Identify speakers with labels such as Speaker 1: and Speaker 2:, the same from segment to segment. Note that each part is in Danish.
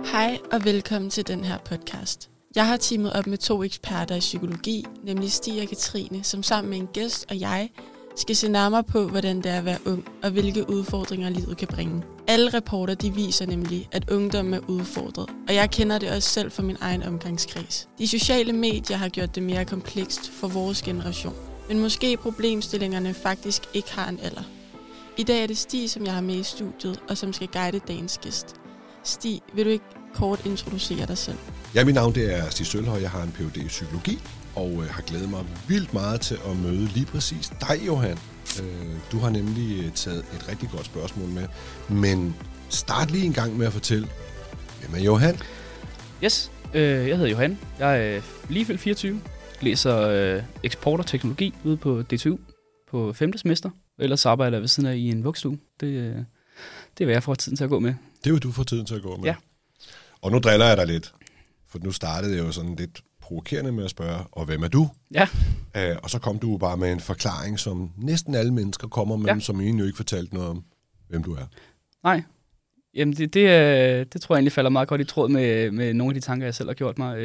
Speaker 1: Hej og velkommen til den her podcast. Jeg har teamet op med 2 eksperter i psykologi, nemlig Stig og Katrine, som sammen med en gæst og jeg skal se nærmere på, hvordan det er at være ung, og hvilke udfordringer livet kan bringe. Alle rapporter de viser nemlig, at ungdom er udfordret, og jeg kender det også selv fra min egen omgangskreds. De sociale medier har gjort det mere komplekst for vores generation, men måske problemstillingerne faktisk ikke har en alder. I dag er det Stig, som jeg har med i studiet, og som skal guide dagens gæst. Stig, vil du ikke kort introducere dig selv?
Speaker 2: Ja, mit navn det er Stig Sølhøj. Jeg har en Ph.D. i psykologi, og har glædet mig vildt meget til at møde lige præcis dig, Johan. Du har nemlig taget et rigtig godt spørgsmål med, men start lige en gang med at fortælle, hvem er Johan?
Speaker 3: Yes, jeg hedder Johan. Jeg er lige fyldt 24. Læser eksport og teknologi ude på DTU på 5. semester. Ellers arbejder jeg ved siden af i en vuggestue. Det er, hvad jeg får tiden til at gå med.
Speaker 2: Det vil du få tiden til at gå med.
Speaker 3: Ja.
Speaker 2: Og nu driller jeg dig lidt, for nu startede jeg jo sådan lidt provokerende med at spørge, og hvem er du?
Speaker 3: Ja.
Speaker 2: Og så kom du bare med en forklaring, som næsten alle mennesker kommer med, som egentlig jo ikke fortalte noget om, hvem du er.
Speaker 3: Nej. Jamen, det tror jeg egentlig falder meget godt i tråd med nogle af de tanker, jeg selv har gjort mig.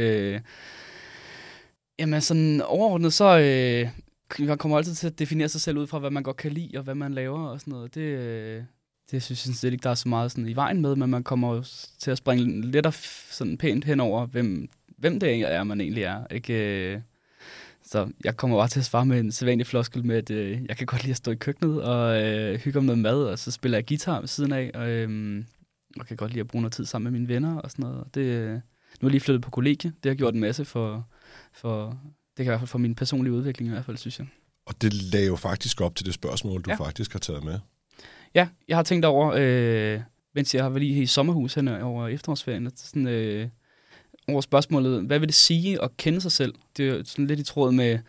Speaker 3: Jamen, sådan overordnet, så man kommer altid til at definere sig selv ud fra, hvad man godt kan lide, og hvad man laver og sådan noget. Det synes jeg slet ikke, der er så meget sådan i vejen med, men man kommer til at springe lidt og sådan pænt henover, hvem det er, man egentlig er. Ikke? Så jeg kommer bare til at svare med en sædvanlig floskel med, at jeg kan godt lide at stå i køkkenet og hygge om noget mad, og så spiller jeg guitar ved siden af, og kan godt lide at bruge noget tid sammen med mine venner og sådan noget. Nu er jeg lige flyttet på kollegie. Det har gjort en masse for det kan i hvert fald for min personlige udvikling i hvert fald, synes jeg. Og
Speaker 2: det lagde jo faktisk op til det spørgsmål, du faktisk har taget med.
Speaker 3: Ja, jeg har tænkt over, mens jeg har været lige i sommerhus hen over efterårsferien, sådan, over spørgsmålet, hvad vil det sige at kende sig selv? Det er jo sådan lidt i tråd med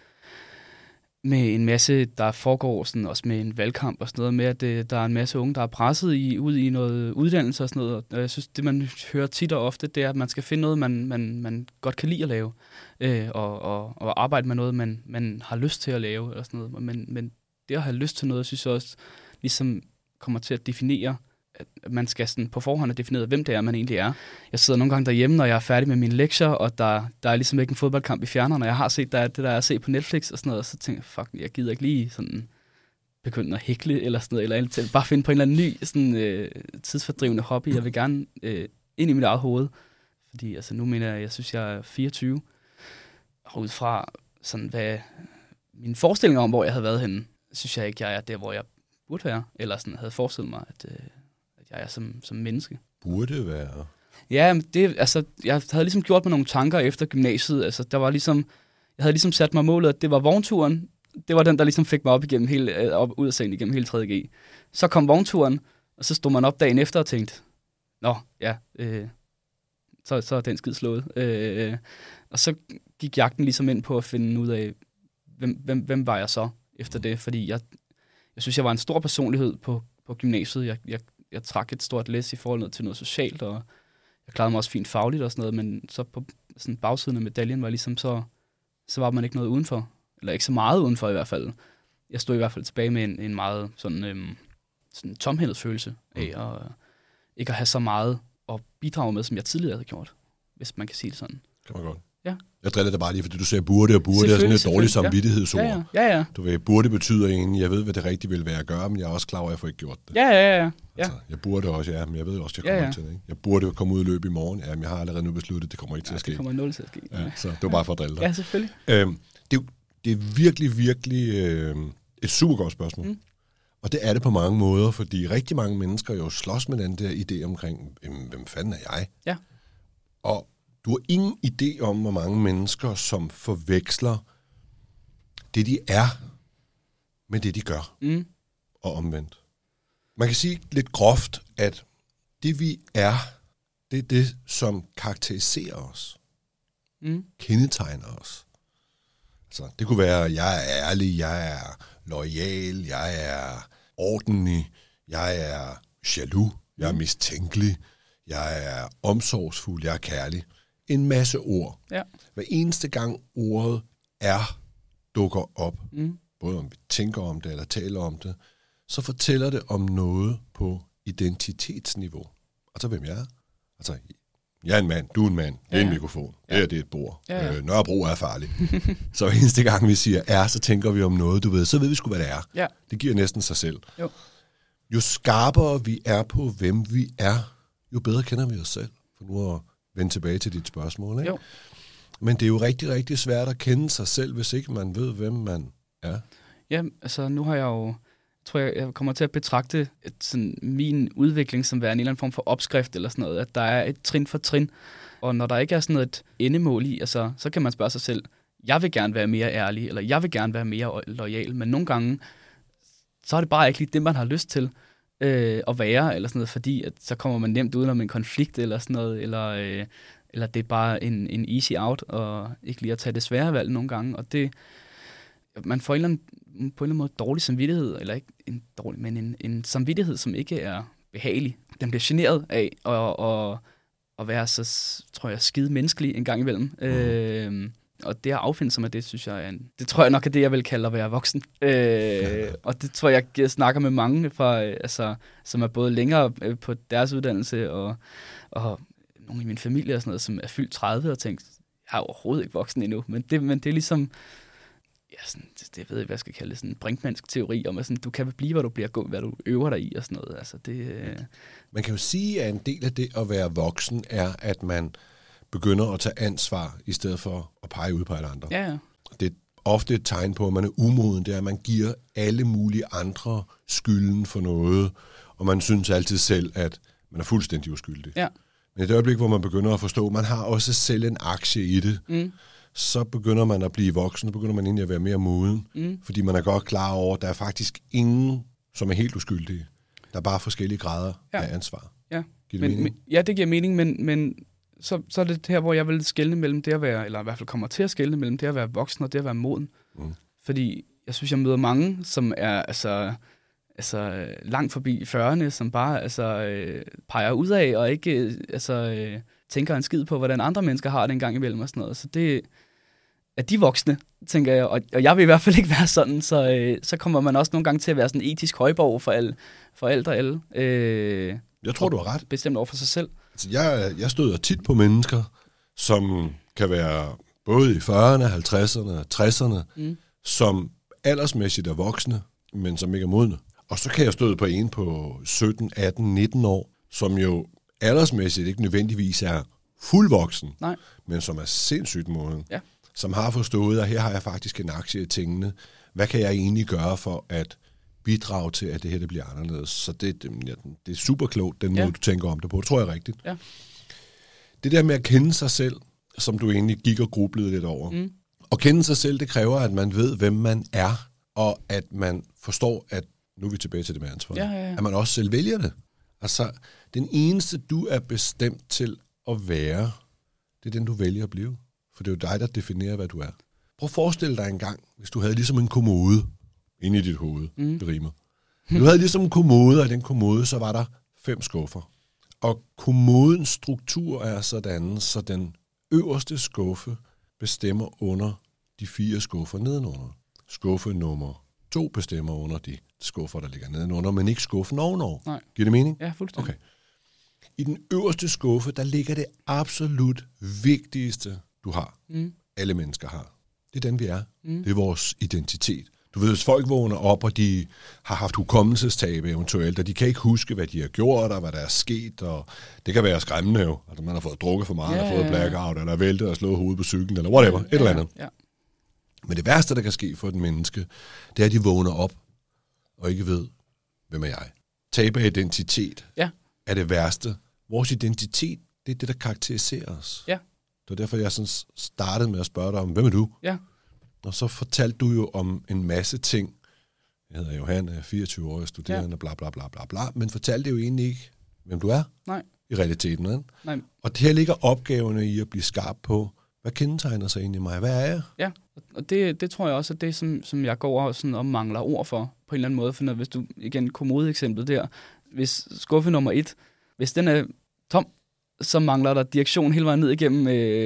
Speaker 3: en masse, der foregår sådan, også med en valgkamp og sådan noget, med at der er en masse unge, der er presset ud i noget uddannelse og sådan noget. Og jeg synes, det man hører tit og ofte, det er, at man skal finde noget, man godt kan lide at lave, og arbejde med noget, man har lyst til at lave og sådan noget. Men det at have lyst til noget, synes jeg også ligesom kommer til at definere, at man skal sådan på forhånd have defineret, hvem det er, man egentlig er. Jeg sidder nogle gange derhjemme, når jeg er færdig med mine lektier, og der er ligesom ikke en fodboldkamp i fjerneren, og jeg har set det der er at se på Netflix og sådan noget, og så tænker jeg, fuck, jeg gider ikke lige sådan begynde at hækle eller sådan noget, eller bare finde på en eller anden ny sådan, tidsfordrivende hobby. Jeg vil gerne ind i mit eget hoved, fordi altså, nu mener jeg synes, jeg er 24, og ud fra sådan, hvad mine forestillinger om, hvor jeg havde været henne, synes jeg ikke, jeg er der, hvor jeg burde være, eller sådan havde forestillet mig, at jeg er som menneske.
Speaker 2: Burde være?
Speaker 3: Ja, jeg havde ligesom gjort mig nogle tanker efter gymnasiet. Altså, jeg havde ligesom sat mig målet, at det var vognturen. Det var den, der ligesom fik mig op ud af sengen igennem hele 3.G. Så kom vognturen, og så stod man op dagen efter og tænkte, nå, ja, så er den skid slået. Og så gik jagten ligesom ind på at finde ud af, hvem var jeg så efter det, fordi jeg synes, jeg var en stor personlighed på gymnasiet. Jeg trak et stort læs i forhold til noget socialt, og jeg klarede mig også fint fagligt og sådan noget, men så på sådan bagsiden af medaljen var ligesom så var man ikke noget udenfor, eller ikke så meget udenfor i hvert fald. Jeg stod i hvert fald tilbage med en meget sådan tomhændet-følelse af at ikke at have så meget at bidrage med, som jeg tidligere havde gjort, hvis man kan sige det sådan.
Speaker 2: Kan man godt.
Speaker 3: Ja.
Speaker 2: Jeg driller det bare lige, fordi du siger burde, og burde er sådan et dårligt samvittighedsord.
Speaker 3: Ja.
Speaker 2: Du ved, burde betyder egentlig, jeg ved, hvad det rigtige vil være at gøre, men jeg er også klar over, at jeg får ikke gjort det.
Speaker 3: Ja.
Speaker 2: Altså, jeg burde også, men jeg ved også, at jeg kommer til det. Ikke? Jeg burde komme ud i løb i morgen, men jeg har allerede nu besluttet, det kommer ikke til at ske.
Speaker 3: Det kommer 0 til at ske.
Speaker 2: Ja, så det var bare for at drille dig.
Speaker 3: Ja, selvfølgelig.
Speaker 2: Det er virkelig et super godt spørgsmål. Mm. Og det er det på mange måder, fordi rigtig mange mennesker jo slås med den der idé omkring, hvem fanden er jeg? Ja. Og du har ingen idé om, hvor mange mennesker, som forveksler det, de er, med det, de gør. Mm. Og omvendt. Man kan sige lidt groft, at det, vi er, det er det, som karakteriserer os. Mm. Kendetegner os. Altså, det kunne være, at jeg er ærlig, jeg er loyal, jeg er ordentlig, jeg er jaloux, jeg er mistænkelig, jeg er omsorgsfuld, jeg er kærlig. En masse ord. Ja. Hver eneste gang ordet dukker op, både om vi tænker om det eller taler om det, så fortæller det om noget på identitetsniveau. Altså hvem jeg er. Altså Jeg er en mand, du er en mand, det er en mikrofon, det er et bord. Ja. Nørrebro er farlig. Så eneste gang vi siger så tænker vi om noget, du ved, så ved vi sgu, hvad det er. Ja. Det giver næsten sig selv. Jo skarpere vi er på, hvem vi er, jo bedre kender vi os selv. For nu at vende tilbage til dit spørgsmål, ikke? Jo. Men det er jo rigtig, rigtig svært at kende sig selv, hvis ikke man ved, hvem man er.
Speaker 3: Ja, altså nu har jeg jo, tror jeg kommer til at betragte sådan, min udvikling som værende en eller anden form for opskrift eller sådan noget, at der er et trin for trin. Og når der ikke er sådan noget et endemål i, altså, så kan man spørge sig selv, jeg vil gerne være mere ærlig, eller jeg vil gerne være mere loyal, men nogle gange, så er det bare ikke lige det, man har lyst til at være, eller sådan noget, fordi at så kommer man nemt udenom en konflikt, eller sådan noget, eller det er bare en easy out, og ikke lige at tage det svære valg nogle gange, og det, man får på en eller anden måde dårlig samvittighed, eller ikke en dårlig, men en samvittighed, som ikke er behagelig. Den bliver generet af at være så, tror jeg, skide menneskelig en gang imellem. Og det at affinde sig med det, synes jeg det tror jeg nok er det, jeg vil kalde at være voksen. Og det tror jeg snakker med mange fra, som er både længere på deres uddannelse, og nogle i min familie og sådan noget, som er fyldt 30 og tænkt, jeg er overhovedet ikke voksen endnu. Men det er ligesom, ja, sådan, det ved jeg, hvad jeg skal kalde det, sådan en brinkmansk teori om, at sådan, du kan blive, hvad du øver dig i og sådan noget. Altså,
Speaker 2: Man kan jo sige, at en del af det at være voksen er, at man begynder at tage ansvar, i stedet for at pege ud på alle andre.
Speaker 3: Ja.
Speaker 2: Det er ofte et tegn på, at man er umoden, det er, at man giver alle mulige andre skylden for noget, og man synes altid selv, at man er fuldstændig uskyldig.
Speaker 3: Ja.
Speaker 2: Men i det øjeblik, hvor man begynder at forstå, at man har også selv en aktie i det, så begynder man at blive voksen, så begynder man egentlig at være mere moden, fordi man er godt klar over, at der er faktisk ingen, som er helt uskyldige. Der er bare forskellige grader af ansvar.
Speaker 3: Ja. Giver det mening? Ja, det giver mening, men så er det her, hvor jeg vil skelne mellem det at være, eller i hvert fald kommer til at skelne mellem det at være voksen og det at være moden. Fordi jeg synes, jeg møder mange, som er altså langt forbi 40'erne, som bare peger ud af og ikke tænker en skid på, hvordan andre mennesker har det en gang imellem og sådan noget. Så det er de voksne, tænker jeg, og jeg vil i hvert fald ikke være sådan, så kommer man også nogle gange til at være sådan en etisk højborg for alt og alle.
Speaker 2: Jeg tror, du har ret.
Speaker 3: Bestemt over for sig selv.
Speaker 2: Altså, jeg støder tit på mennesker, som kan være både i 40'erne, 50'erne, 60'erne, som aldersmæssigt er voksne, men som ikke er modne. Og så kan jeg støde på en på 17, 18, 19 år, som jo aldersmæssigt ikke nødvendigvis er fuldvoksen, men som er sindssygt moden. Ja. Som har forstået, at her har jeg faktisk en aktie i tingene. Hvad kan jeg egentlig gøre for at bidrage til, at det her det bliver anderledes? Så det er super klogt, den måde, du tænker om det på. Det tror jeg er rigtigt. Ja. Det der med at kende sig selv, som du egentlig gik og grublede lidt over. Og kende sig selv, det kræver, at man ved, hvem man er, og at man forstår, at nu er vi tilbage til det med ansvar. At man også selv vælger det. Altså, den eneste, du er bestemt til at være, det er den, du vælger at blive. For det er jo dig, der definerer, hvad du er. Prøv at forestille dig en gang, hvis du havde ligesom en kommode inde i dit hoved. Det rimer. Du havde ligesom en kommode, og i den kommode, så var der 5 skuffer. Og kommodens struktur er sådan, så den øverste skuffe bestemmer under de 4 skuffer nedenunder. Skuffe nummer 2 bestemmer under de skuffer, der ligger nedenunder, men ikke skuffen ovenover.
Speaker 3: Nej.
Speaker 2: Giver det mening?
Speaker 3: Ja, fuldstændig.
Speaker 2: Okay. I den øverste skuffe, der ligger det absolut vigtigste, du har. Alle mennesker har. Det er den, vi er. Det er vores identitet. Du ved, hvis folk vågner op, og de har haft hukommelsestab eventuelt, og de kan ikke huske, hvad de har gjort, og hvad der er sket, og det kan være skræmmende jo. Altså, man har fået drukket for meget, har fået blackout, eller væltet og slået hovedet på cyklen, eller whatever, et eller andet. Ja. Men det værste, der kan ske for et menneske, det er, at de vågner op, og ikke ved, hvem er jeg. Tab af identitet er det værste. Vores identitet, det er det, der karakteriserer os. Ja. Det var derfor, jeg sådan startede med at spørge dig om, hvem er du? Ja. Og så fortalte du jo om en masse ting. Jeg hedder Johan, er 24 år, studerende, bla bla bla bla bla, men fortalte jo egentlig ikke, hvem du er. Nej. I realiteten. Nej. Og det her ligger opgaverne i at blive skarp på, hvad kendetegner sig egentlig mig? Hvad er jeg?
Speaker 3: Ja, og det tror jeg også, at det som jeg går sådan og mangler ord for, på en eller anden måde. For hvis du, igen, kommode-eksemplet der, hvis skuffe nummer 1, hvis den er tom, så mangler der direktion hele vejen ned igennem,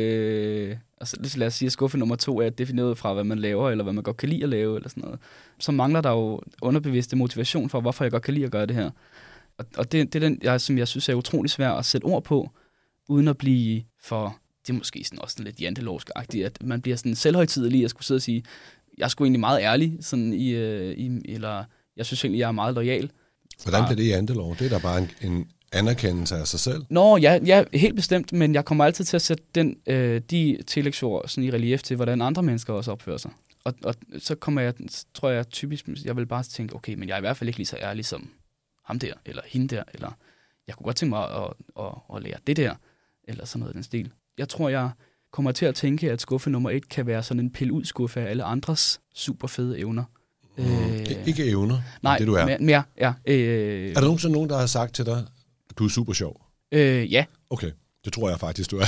Speaker 3: altså lad os sige, at skuffe nummer 2 er defineret fra, hvad man laver, eller hvad man godt kan lide at lave, eller sådan noget. Så mangler der jo underbevidste motivation for, hvorfor jeg godt kan lide at gøre det her. Og det er den, som jeg synes er utrolig svær at sætte ord på, uden at blive for, det er måske sådan også sådan lidt jantelovsk-agtigt, at man bliver sådan selvhøjtidelig at skulle sidde og sige, jeg er sgu egentlig meget ærlig, sådan eller jeg synes egentlig, jeg er meget loyal.
Speaker 2: Hvordan bliver det jantelov? Det er da bare en anerkendelse af sig selv.
Speaker 3: Nå, ja, helt bestemt, men jeg kommer altid til at sætte de tillægsord sådan i relief til, hvordan andre mennesker også opfører sig. Og så tror jeg typisk, jeg vil bare tænke, okay, men jeg er i hvert fald ikke lige så ærlig som ham der, eller hende der, eller jeg kunne godt tænke mig at lære det der, eller sådan noget i den stil. Jeg tror, jeg kommer til at tænke, at skuffe nummer 1 kan være sådan en pille-ud-skuffe af alle andres super fede evner.
Speaker 2: Ikke evner,
Speaker 3: nej,
Speaker 2: det du er.
Speaker 3: Mere, ja.
Speaker 2: Er der nogensinde nogen, der har sagt til dig, at du er super sjov?
Speaker 3: Ja.
Speaker 2: Okay, det tror jeg faktisk, du er.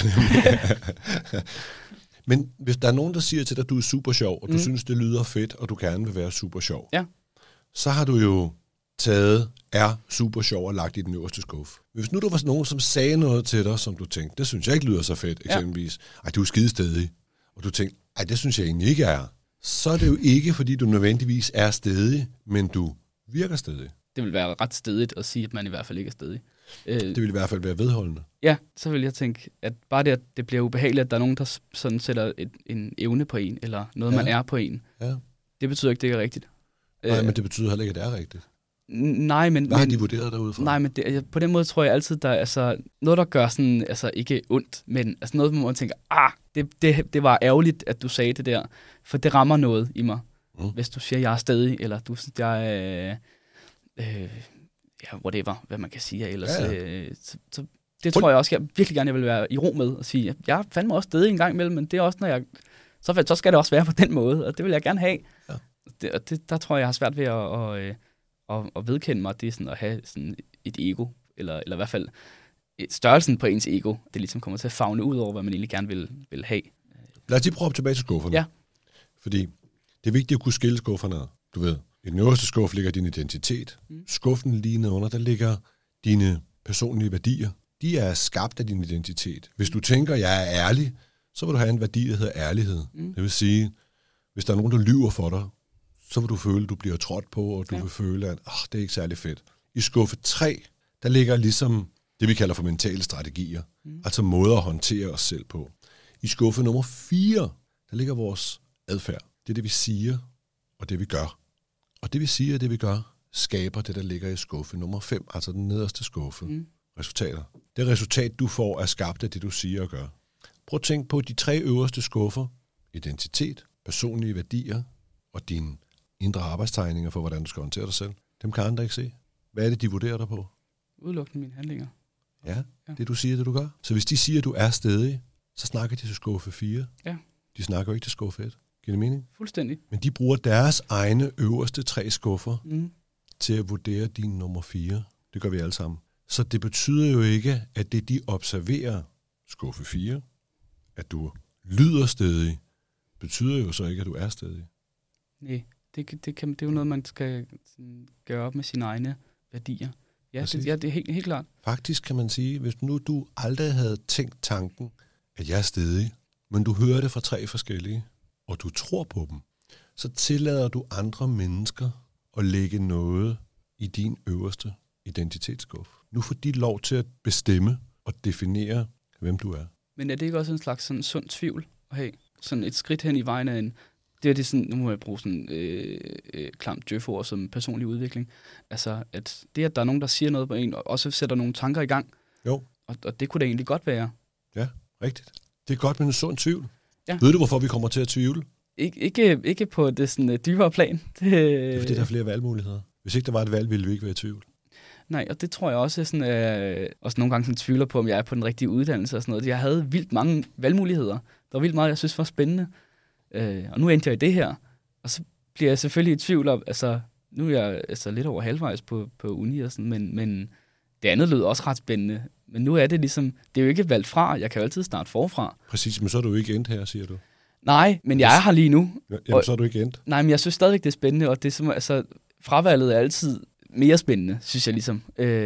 Speaker 2: Men hvis der er nogen, der siger til dig, at du er super sjov, og du synes, det lyder fedt, og du gerne vil være super sjov, så har du jo taget er super sjov og lagt i den øverste skuffe. Hvis nu der var nogen, som sagde noget til dig, som du tænkte, det synes jeg ikke lyder så fedt, eksempelvis. Ej, du er skidestædig. Og du tænkte, ej, det synes jeg egentlig ikke er. Så er det jo ikke, fordi du nødvendigvis er stædig, men du virker stædig.
Speaker 3: Det vil være ret stædigt at sige, at man i hvert fald ikke er stædig.
Speaker 2: Det vil i hvert fald være vedholdende.
Speaker 3: Ja, så vil jeg tænke, at bare det, at det bliver ubehageligt, at der er nogen, der sådan sætter en evne på en, eller noget, man er på en. Ja. Det betyder ikke, det ikke er rigtigt.
Speaker 2: Nej, men det betyder heller ikke, at det er rigtigt.
Speaker 3: Nej, men...
Speaker 2: Hvad har de vurderet derudfra?
Speaker 3: Nej, men på den måde tror jeg altid, der er altså, noget, der gør sådan, altså ikke ondt, men altså noget, hvor man tænker, det var ærgerligt, at du sagde det der, for det rammer noget i mig. Hvis du siger, jeg er stædig, eller du synes, jeg whatever, hvad man kan sige ellers. Så det tror jeg også, jeg virkelig gerne vil være i ro med, og sige, jeg er fandme også stædig en gang imellem, men det er også, når jeg... Så skal det også være på den måde, og det vil jeg gerne have. Ja. Der tror jeg, jeg har svært ved at vedkende mig, det er sådan at have sådan et ego, eller i hvert fald størrelsen på ens ego, det ligesom kommer til at favne ud over, hvad man egentlig gerne vil have.
Speaker 2: Lad os lige prøve tilbage til skufferne.
Speaker 3: Ja.
Speaker 2: Fordi det er vigtigt at kunne skille skufferne. Du ved, i den øverste skuffe ligger din identitet. Skuffen lige nedenunder, der ligger dine personlige værdier. De er skabt af din identitet. Hvis du tænker, jeg er ærlig, så vil du have en værdi, der hedder ærlighed. Det vil sige, hvis der er nogen, der lyver for dig, så vil du føle, at du bliver trådt på, og du vil føle, at det er ikke særlig fedt. I skuffe 3, der ligger ligesom det, vi kalder for mentale strategier. Altså måder at håndtere os selv på. I skuffe nummer 4, der ligger vores adfærd. Det er det, vi siger, og det vi gør. Og det vi siger, og det vi gør, skaber det, der ligger i skuffe nummer 5, altså den nederste skuffe. Resultater. Det resultat, du får, er skabt af det, du siger og gør. Prøv at tænke på de 3 øverste skuffer. Identitet, personlige værdier og dine indre arbejdstegninger for, hvordan du skal håndtere dig selv. Dem kan andre ikke se. Hvad er det, de vurderer dig på?
Speaker 3: Udelukkende mine handlinger.
Speaker 2: Ja, det du siger, det du gør. Så hvis de siger, at du er stædig, så snakker de til skuffe 4.
Speaker 3: Ja.
Speaker 2: De snakker jo ikke til skuffe 1. Giver det mening?
Speaker 3: Fuldstændig.
Speaker 2: Men de bruger deres egne øverste 3 skuffer til at vurdere din nummer 4. Det gør vi alle sammen. Så det betyder jo ikke, at det de observerer, skuffe 4, at du lyder stædig, betyder jo så ikke, at du er stædig.
Speaker 3: Nej, det er jo noget, man skal gøre op med sine egne værdier. Ja, det er helt klart.
Speaker 2: Faktisk kan man sige, hvis nu du aldrig havde tænkt tanken, at jeg er stædig, men du hører det fra 3 forskellige, og du tror på dem, så tillader du andre mennesker at lægge noget i din øverste identitetsskuffe. Nu får de lov til at bestemme og definere, hvem du er.
Speaker 3: Men er det ikke også en slags sådan sund tvivl at have? Sådan et skridt hen i vejen af en... Det er sådan, nu må jeg bruge sådan klamt djøf-ord som personlig udvikling. Altså, at det, at der er nogen, der siger noget på en, og også sætter nogle tanker i gang.
Speaker 2: Jo.
Speaker 3: Og det kunne da egentlig godt være.
Speaker 2: Ja, rigtigt. Det er godt med en sund tvivl.
Speaker 3: Ja.
Speaker 2: Ved du, hvorfor vi kommer til at tvivle?
Speaker 3: Ikke på det sådan dybere plan.
Speaker 2: Det er fordi, der er flere valgmuligheder. Hvis ikke der var et valg, ville vi ikke være i tvivl.
Speaker 3: Nej, og det tror jeg også, sådan, også nogle gange sådan tvivler på, om jeg er på den rigtige uddannelse og sådan noget. Jeg havde vildt mange valgmuligheder. Der var vildt meget, jeg synes var spændende. Og nu endte jeg i det her. Og så bliver jeg selvfølgelig i tvivl om, altså nu er jeg altså lidt over halvvejs på uni og sådan, men det andet lød også ret spændende. Men nu er det ligesom, det er jo ikke valgt fra, jeg kan jo altid starte forfra.
Speaker 2: Præcis, men så er du jo ikke endt her, siger du.
Speaker 3: Nej, men jeg er her lige nu.
Speaker 2: Jamen, så er du ikke endt.
Speaker 3: Nej, men jeg synes stadigvæk, det er spændende, og det er som, altså, fravalget er altid mere spændende, synes jeg ligesom.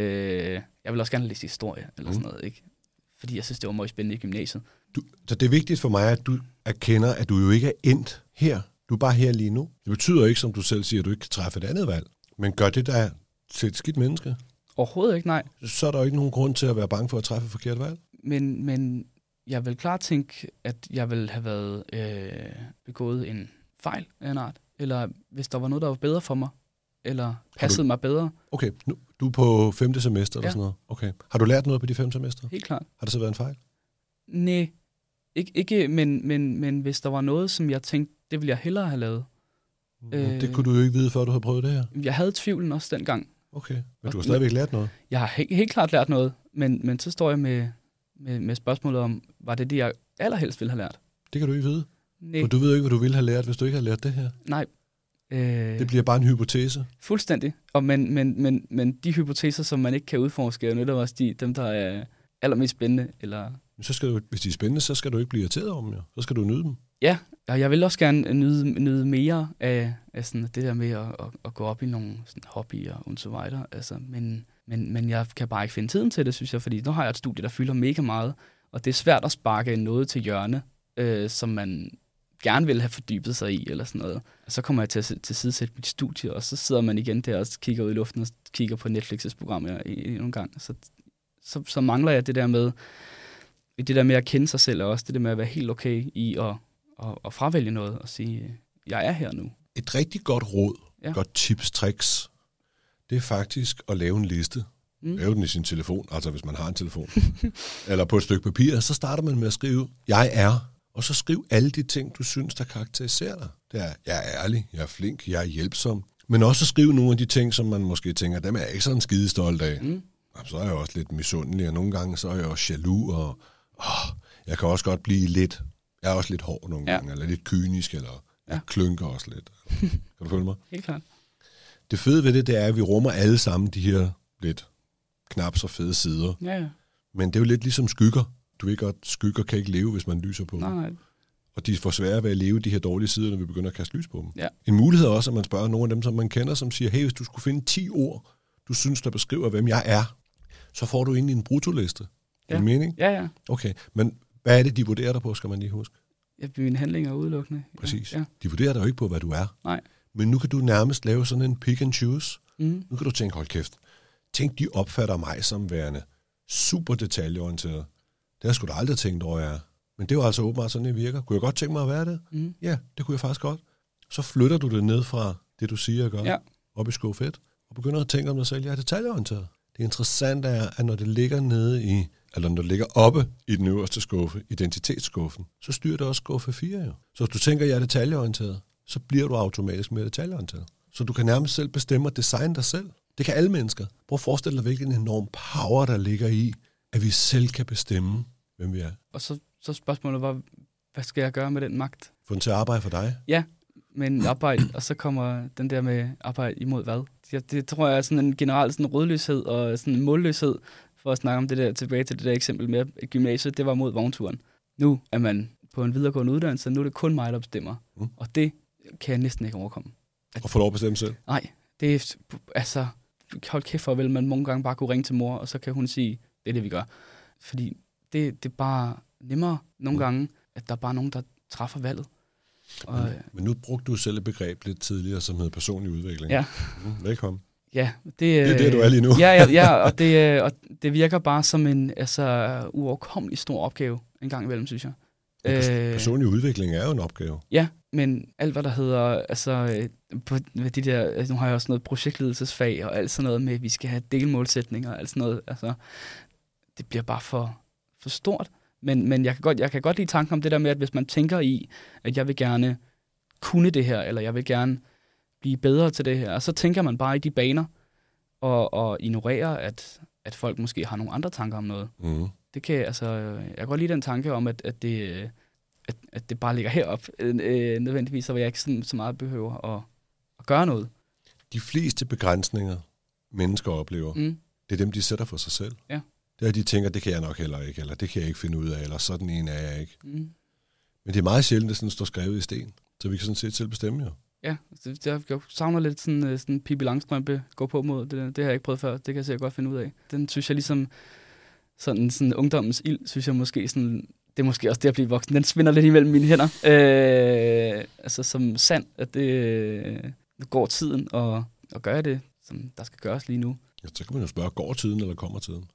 Speaker 3: Jeg vil også gerne læse historie, eller sådan noget, ikke? Fordi jeg synes, det var meget spændende i gymnasiet.
Speaker 2: Så det er vigtigt for mig, at du erkender, at du jo ikke er endt her. Du er bare her lige nu. Det betyder ikke, som du selv siger, at du ikke kan træffe et andet valg. Men gør det der til et skidt menneske?
Speaker 3: Overhovedet ikke, nej.
Speaker 2: Så er der jo ikke nogen grund til at være bange for at træffe et forkert valg.
Speaker 3: Men jeg vil klart tænke, at jeg ville have været begået en fejl af en art. Eller hvis der var noget, der var bedre for mig. Eller passede mig bedre.
Speaker 2: Okay, nu, du er på 5. semester eller sådan noget. Okay. Har du lært noget på de 5 semester?
Speaker 3: Helt klart.
Speaker 2: Har det så været en fejl?
Speaker 3: Nej, ikke men hvis der var noget, som jeg tænkte, det ville jeg hellere have lavet.
Speaker 2: Det kunne du jo ikke vide, før du havde prøvet det her.
Speaker 3: Jeg havde tvivlen også dengang.
Speaker 2: Okay, men du har stadigvæk lært noget? Jeg
Speaker 3: har helt klart lært noget, men så står jeg med spørgsmålet om, var det jeg allerhelst ville have lært?
Speaker 2: Det kan du ikke vide. Nej. For du ved jo ikke, hvad du ville have lært, hvis du ikke havde lært det her.
Speaker 3: Nej.
Speaker 2: Det bliver bare en hypotese.
Speaker 3: Fuldstændig. Men de hypoteser, som man ikke kan udforske, er netop også dem, der er allermest spændende. Eller...
Speaker 2: Så skal du, hvis de er spændende, så skal du ikke blive irriteret om dem, jo. Så skal du nyde dem.
Speaker 3: Ja, og jeg vil også gerne nyde mere af sådan det der med at gå op i nogle sådan hobbyer og så videre. Altså, men jeg kan bare ikke finde tiden til det, synes jeg, fordi nu har jeg et studie, der fylder mega meget, og det er svært at sparke noget til hjørne, som man gerne vil have fordybet sig i, eller sådan noget. Og så kommer jeg til at tilsidesætte mit studie, og så sidder man igen der og kigger ud i luften og kigger på Netflix' programmer i nogle gange. Så mangler jeg det der med at kende sig selv, og også det der med at være helt okay i at fravælge noget og sige, jeg er her nu.
Speaker 2: Et rigtig godt råd, godt tips, tricks, det er faktisk at lave en liste. Lave den i sin telefon, altså hvis man har en telefon. Eller på et stykke papir, så starter man med at skrive, jeg er. Og så skriv alle de ting, du synes, der karakteriserer dig. Det er, jeg er ærlig, jeg er flink, jeg er hjælpsom. Men også skriv nogle af de ting, som man måske tænker, dem er jeg ikke sådan skide stolt af. Så er jeg også lidt misundelig, og nogle gange så er jeg også jaloux, og jeg kan også godt blive lidt, jeg er også lidt hård nogle gange, eller lidt kynisk, eller jeg klynker også lidt. Kan du følge mig?
Speaker 3: Helt klart.
Speaker 2: Det fede ved det er, at vi rummer alle sammen de her lidt knap så fede sider.
Speaker 3: Ja.
Speaker 2: Men det er jo lidt ligesom skygger. Du ved godt, skygger kan ikke leve, hvis man lyser på dem.
Speaker 3: Nej.
Speaker 2: Og de får svære ved at leve de her dårlige sider, når vi begynder at kaste lys på dem.
Speaker 3: Ja.
Speaker 2: En mulighed er også, at man spørger nogle af dem, som man kender, som siger, hey, hvis du skulle finde 10 ord, du synes, der beskriver, hvem jeg er, så får du egentlig en bruttoliste. Ja. En mening?
Speaker 3: Ja.
Speaker 2: Okay, men hvad er det, de vurderer dig på, skal man lige huske?
Speaker 3: Mine handlinger er udelukkende.
Speaker 2: Præcis. Ja. De vurderer dig jo ikke på, hvad du er.
Speaker 3: Nej.
Speaker 2: Men nu kan du nærmest lave sådan en pick and choose.
Speaker 3: Mm.
Speaker 2: Nu kan du tænke, hold kæft. Tænk, de opfatter mig som værende super detaljeorienteret. Det har jeg sgu da aldrig tænkt over, jeg er. Men det er jo altså åbenbart sådan, det virker. Kunne jeg godt tænke mig at være det?
Speaker 3: Mm.
Speaker 2: Ja, det kunne jeg faktisk godt. Så flytter du det ned fra det, du siger og gør, op i skuffe 1, og begynder at tænke om dig selv, jeg er detaljeorienteret. Det interessante er, at når det ligger nede i, eller når det ligger oppe i den øverste skuffe, identitetsskuffen, så styrer det også skuffe 4 jo. Så hvis du tænker, at jeg er detaljeorienteret, så bliver du automatisk mere detaljeorienteret. Så du kan nærmest selv bestemme og designe dig selv. Det kan alle mennesker. Prøv at forestille dig, hvilken enorm power, der ligger i, at vi selv kan bestemme, hvem vi er.
Speaker 3: Og så spørgsmålet var, hvad skal jeg gøre med den magt?
Speaker 2: Få den til at arbejde for dig?
Speaker 3: Ja, men arbejde, og så kommer den der med arbejde imod hvad? Det tror jeg er sådan en generel sådan rødløshed og sådan en målløshed, for at snakke om det der, tilbage til det der eksempel med, at gymnasiet, det var mod vognturen. Nu er man på en videregående uddannelse, nu er det kun mig, der bestemmer. Og det kan jeg næsten ikke overkomme.
Speaker 2: Og få lov at bestemme selv?
Speaker 3: Nej, det er, altså, hold kæft for, vel man nogle gange bare kunne ringe til mor, og så kan hun sige, det er det, vi gør. Fordi det er bare nemmere nogle gange, at der er bare nogen, der træffer valget.
Speaker 2: Men nu brugte du selv et begreb lidt tidligere, som hedder personlig udvikling.
Speaker 3: Ja.
Speaker 2: Velkommen.
Speaker 3: Ja,
Speaker 2: det er det, du er lige nu.
Speaker 3: ja, og det virker bare som en uoverkommelig stor opgave en gang imellem, synes jeg.
Speaker 2: Personlig udvikling er jo en opgave.
Speaker 3: Ja, men alt hvad der hedder, med de der, nu har jeg også noget projektledelsesfag og alt sådan noget med, at vi skal have delmålsætninger og alt sådan noget, det bliver bare for stort. Men jeg kan godt lide tanken om det der med, at hvis man tænker i, at jeg vil gerne kunne det her, eller jeg vil gerne blive bedre til det her, og så tænker man bare i de baner, og ignorerer, at folk måske har nogle andre tanker om noget. Det kan, jeg kan godt lide den tanke om, at det bare ligger heroppe, nødvendigvis, så vil jeg ikke så meget behøver at gøre noget.
Speaker 2: De fleste begrænsninger, mennesker oplever, det er dem, de sætter for sig selv.
Speaker 3: Ja.
Speaker 2: Det er, de tænker, det kan jeg nok heller ikke, eller det kan jeg ikke finde ud af, eller sådan en er jeg ikke. Men det er meget sjældent, at sådan står skrevet i sten, så vi kan sådan set selv bestemme jo.
Speaker 3: Ja, jeg savner lidt sådan Pippi Langstrømpe gå på mod. Det har jeg ikke prøvet før, det kan jeg sikkert godt finde ud af. Den synes jeg ligesom, sådan ungdommens ild, synes jeg måske sådan, det er måske også det at blive voksen, den svinder lidt imellem mine hænder. Som sand, at det går tiden, og gør jeg det, som der skal gøres lige nu.
Speaker 2: Ja, så kan man jo spørge, går tiden eller kommer tiden?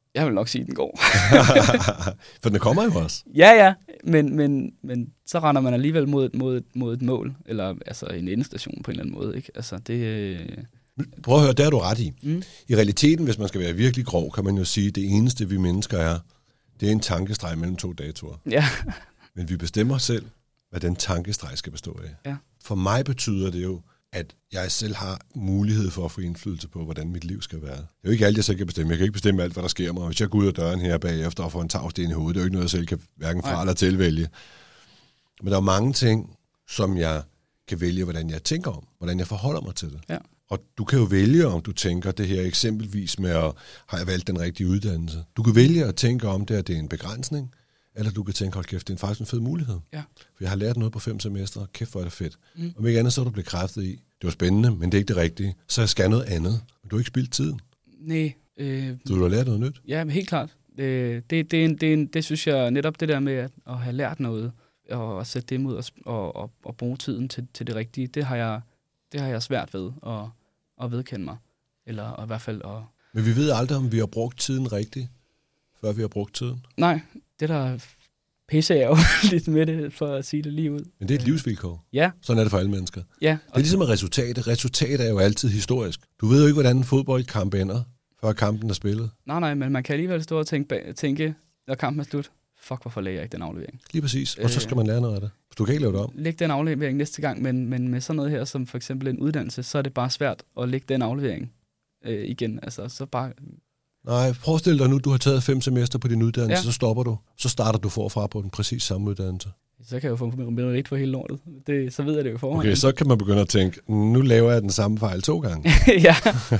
Speaker 3: Jeg vil nok sige, at den går.
Speaker 2: For den kommer jo også.
Speaker 3: Ja, men så render man alligevel mod et mål, eller altså en endestation på en eller anden måde, ikke? Altså det...
Speaker 2: Prøv at høre, der er du ret i. I realiteten, hvis man skal være virkelig grov, kan man jo sige, at det eneste, vi mennesker er, det er en tankestreg mellem 2 datoer.
Speaker 3: Ja.
Speaker 2: Men vi bestemmer selv, hvad den tankestreg skal bestå af.
Speaker 3: Ja.
Speaker 2: For mig betyder det jo, at jeg selv har mulighed for at få indflydelse på, hvordan mit liv skal være. Det er jo ikke alt, jeg selv kan bestemme. Jeg kan ikke bestemme alt, hvad der sker mig. Hvis jeg går ud af døren her bagefter og får en tagsten i hovedet, det er jo ikke noget, jeg selv kan hverken fra eller tilvælge. Men der er mange ting, som jeg kan vælge, hvordan jeg tænker om, hvordan jeg forholder mig til det.
Speaker 3: Ja.
Speaker 2: Og du kan jo vælge, om du tænker det her eksempelvis med, har jeg valgt den rigtige uddannelse? Du kan vælge at tænke om det, at det er en begrænsning, eller du kan tænke, hold kæft, det er faktisk en fed mulighed. Ja. For jeg har lært noget på 5 semestre, kæft hvor er det fedt. Om ikke andet, så er du blevet kræftet i. Det var spændende, men det er ikke det rigtige. Så jeg skal noget andet. Men du har ikke spildt tiden.
Speaker 3: Nej.
Speaker 2: Så du har lært noget nyt?
Speaker 3: Ja, men helt klart. Det synes jeg netop det der med at have lært noget, og sætte det imod og bruge tiden til det rigtige, det har jeg svært ved at vedkende mig. Eller i hvert fald at...
Speaker 2: Men vi ved aldrig, om vi har brugt tiden rigtigt, før vi har brugt tiden.
Speaker 3: Nej, det der pisse er jo lidt med det, for at sige det lige ud.
Speaker 2: Men det er et livsvilkår.
Speaker 3: Ja.
Speaker 2: Sådan er det for alle mennesker.
Speaker 3: Ja.
Speaker 2: Det er ligesom et resultat. Resultat er jo altid historisk. Du ved jo ikke, hvordan en fodboldkamp ender, før kampen er spillet.
Speaker 3: Nej, men man kan alligevel stå og tænke, når kampen er slut, fuck, hvorfor lægger jeg ikke den aflevering?
Speaker 2: Lige præcis. Og så skal man lære noget af det. Du kan ikke lave det om.
Speaker 3: Læg den aflevering næste gang, men med sådan noget her, som for eksempel en uddannelse, så er det bare svært at lægge den aflevering igen. Altså, så bare...
Speaker 2: Nej, forestil dig nu, du har taget 5 semester på din uddannelse, så stopper du. Så starter du forfra på den præcis samme uddannelse.
Speaker 3: Så kan jeg jo få merit for hele lortet. Så ved jeg det jo forhånd.
Speaker 2: Okay, så kan man begynde at tænke, nu laver jeg den samme fejl 2 gange.
Speaker 3: Ja.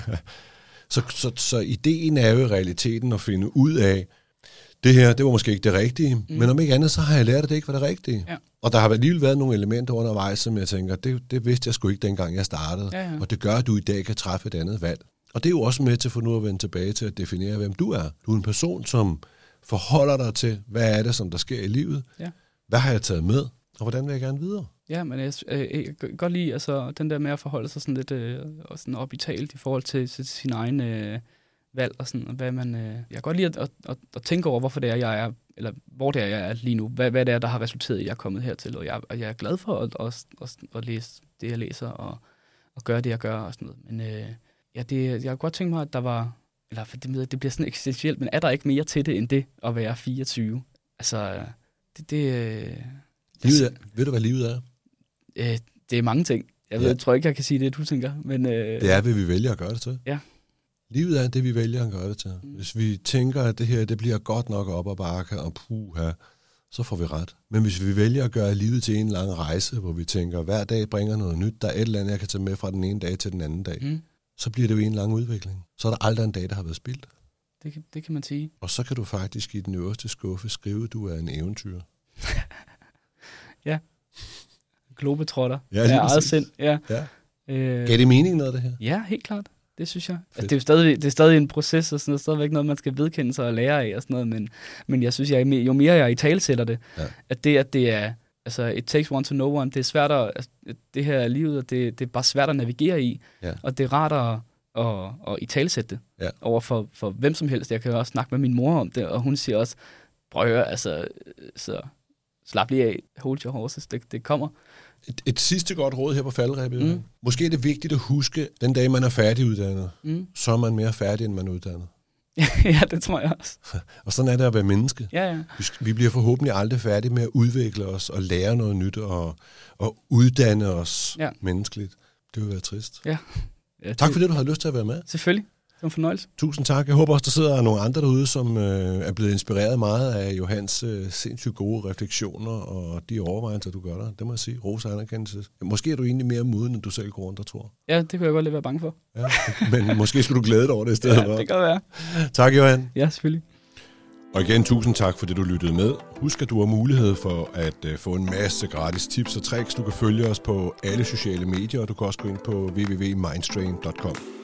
Speaker 2: så ideen er jo i realiteten at finde ud af, det her, det var måske ikke det rigtige, men om ikke andet, så har jeg lært, at det ikke var det rigtige. Ja. Og der har alligevel været nogle elementer undervejs, som jeg tænker, det vidste jeg sgu ikke, dengang jeg startede. Ja. Og det gør, at du i dag kan træffe et andet valg. Og det er jo også med til at få nu at vende tilbage til at definere, hvem du er. Du er en person, som forholder dig til, hvad er det, som der sker i livet? Ja. Hvad har jeg taget med? Og hvordan vil jeg gerne videre?
Speaker 3: Ja, men jeg kan godt lide altså, den der med at forholde sig sådan lidt sådan op i talt i forhold til sin egen valg og sådan, hvad man... Jeg kan godt lide at tænke over, hvorfor det er, jeg er, eller hvor det er, jeg er lige nu. Hvad det er, der har resulteret i, at jeg er kommet hertil. Og jeg er glad for at læse det, jeg læser, og gøre det, jeg gør og sådan noget. Men jeg kunne godt tænke mig, at der var... Eller for det bliver sådan eksistentielt, men er der ikke mere til det, end det at være 24? Altså,
Speaker 2: Ved du, hvad livet er?
Speaker 3: Det er mange ting. Jeg tror ikke, jeg kan sige det, du tænker. Men,
Speaker 2: det er, hvad vi vælger at gøre det til.
Speaker 3: Ja.
Speaker 2: Livet er det, vi vælger at gøre det til. Hvis vi tænker, at det her det bliver godt nok op ad bakke, og puha, så får vi ret. Men hvis vi vælger at gøre livet til en lang rejse, hvor vi tænker, hver dag bringer noget nyt, der er et eller andet, jeg kan tage med fra den ene dag til den anden dag, så bliver det jo en lang udvikling. Så er der aldrig en dag, der har været spildt.
Speaker 3: Det kan man sige.
Speaker 2: Og så kan du faktisk i den øverste skuffe skrive, at du er en eventyr.
Speaker 3: Ja. Globetrotter.
Speaker 2: Ja, lige
Speaker 3: eget sind. Ja.
Speaker 2: Gav det mening noget af det her?
Speaker 3: Ja, helt klart. Det synes jeg. Altså, det er stadig en proces, og sådan noget. Stadigvæk noget, man skal vedkende sig og lære af og sådan noget. Men jeg synes, jo mere jeg italesætter det, at det er... Altså, it takes one to know one. Det er svært at... Det her er livet, og det er bare svært at navigere i. Ja. Og det er rart at italesætte det over for hvem som helst. Jeg kan også snakke med min mor om det, og hun siger også, prøv at høre, altså... Så slap lige af. Hold your horses. Det kommer.
Speaker 2: Et sidste godt råd her på falderebet. Måske er det vigtigt at huske, den dag man er færdiguddannet, så er man mere færdig, end man er uddannet.
Speaker 3: Ja, det tror jeg også.
Speaker 2: Og sådan er det at være menneske.
Speaker 3: Ja.
Speaker 2: Vi bliver forhåbentlig aldrig færdige med at udvikle os og lære noget nyt og uddanne os menneskeligt. Det vil være trist.
Speaker 3: Ja,
Speaker 2: tak fordi du havde lyst til at være med.
Speaker 3: Selvfølgelig. Det var en fornøjelse.
Speaker 2: Tusind tak. Jeg håber også, der sidder nogle andre derude, som er blevet inspireret meget af Johans sindssygt gode refleksioner og de overvejelser, du gør der. Det må jeg sige. Rosa anerkendelse. Måske er du egentlig mere moden, end du selv går rundt og tror.
Speaker 3: Ja, det kunne jeg godt lidt være bange for.
Speaker 2: Ja, men måske skulle du glæde dig over det i stedet.
Speaker 3: Ja, det kan være.
Speaker 2: Tak, Johan.
Speaker 3: Ja, selvfølgelig.
Speaker 2: Og igen, tusind tak, fordi du lyttede med. Husk, at du har mulighed for at få en masse gratis tips og tricks. Du kan følge os på alle sociale medier, og du kan også gå ind på www.mindstrain.com.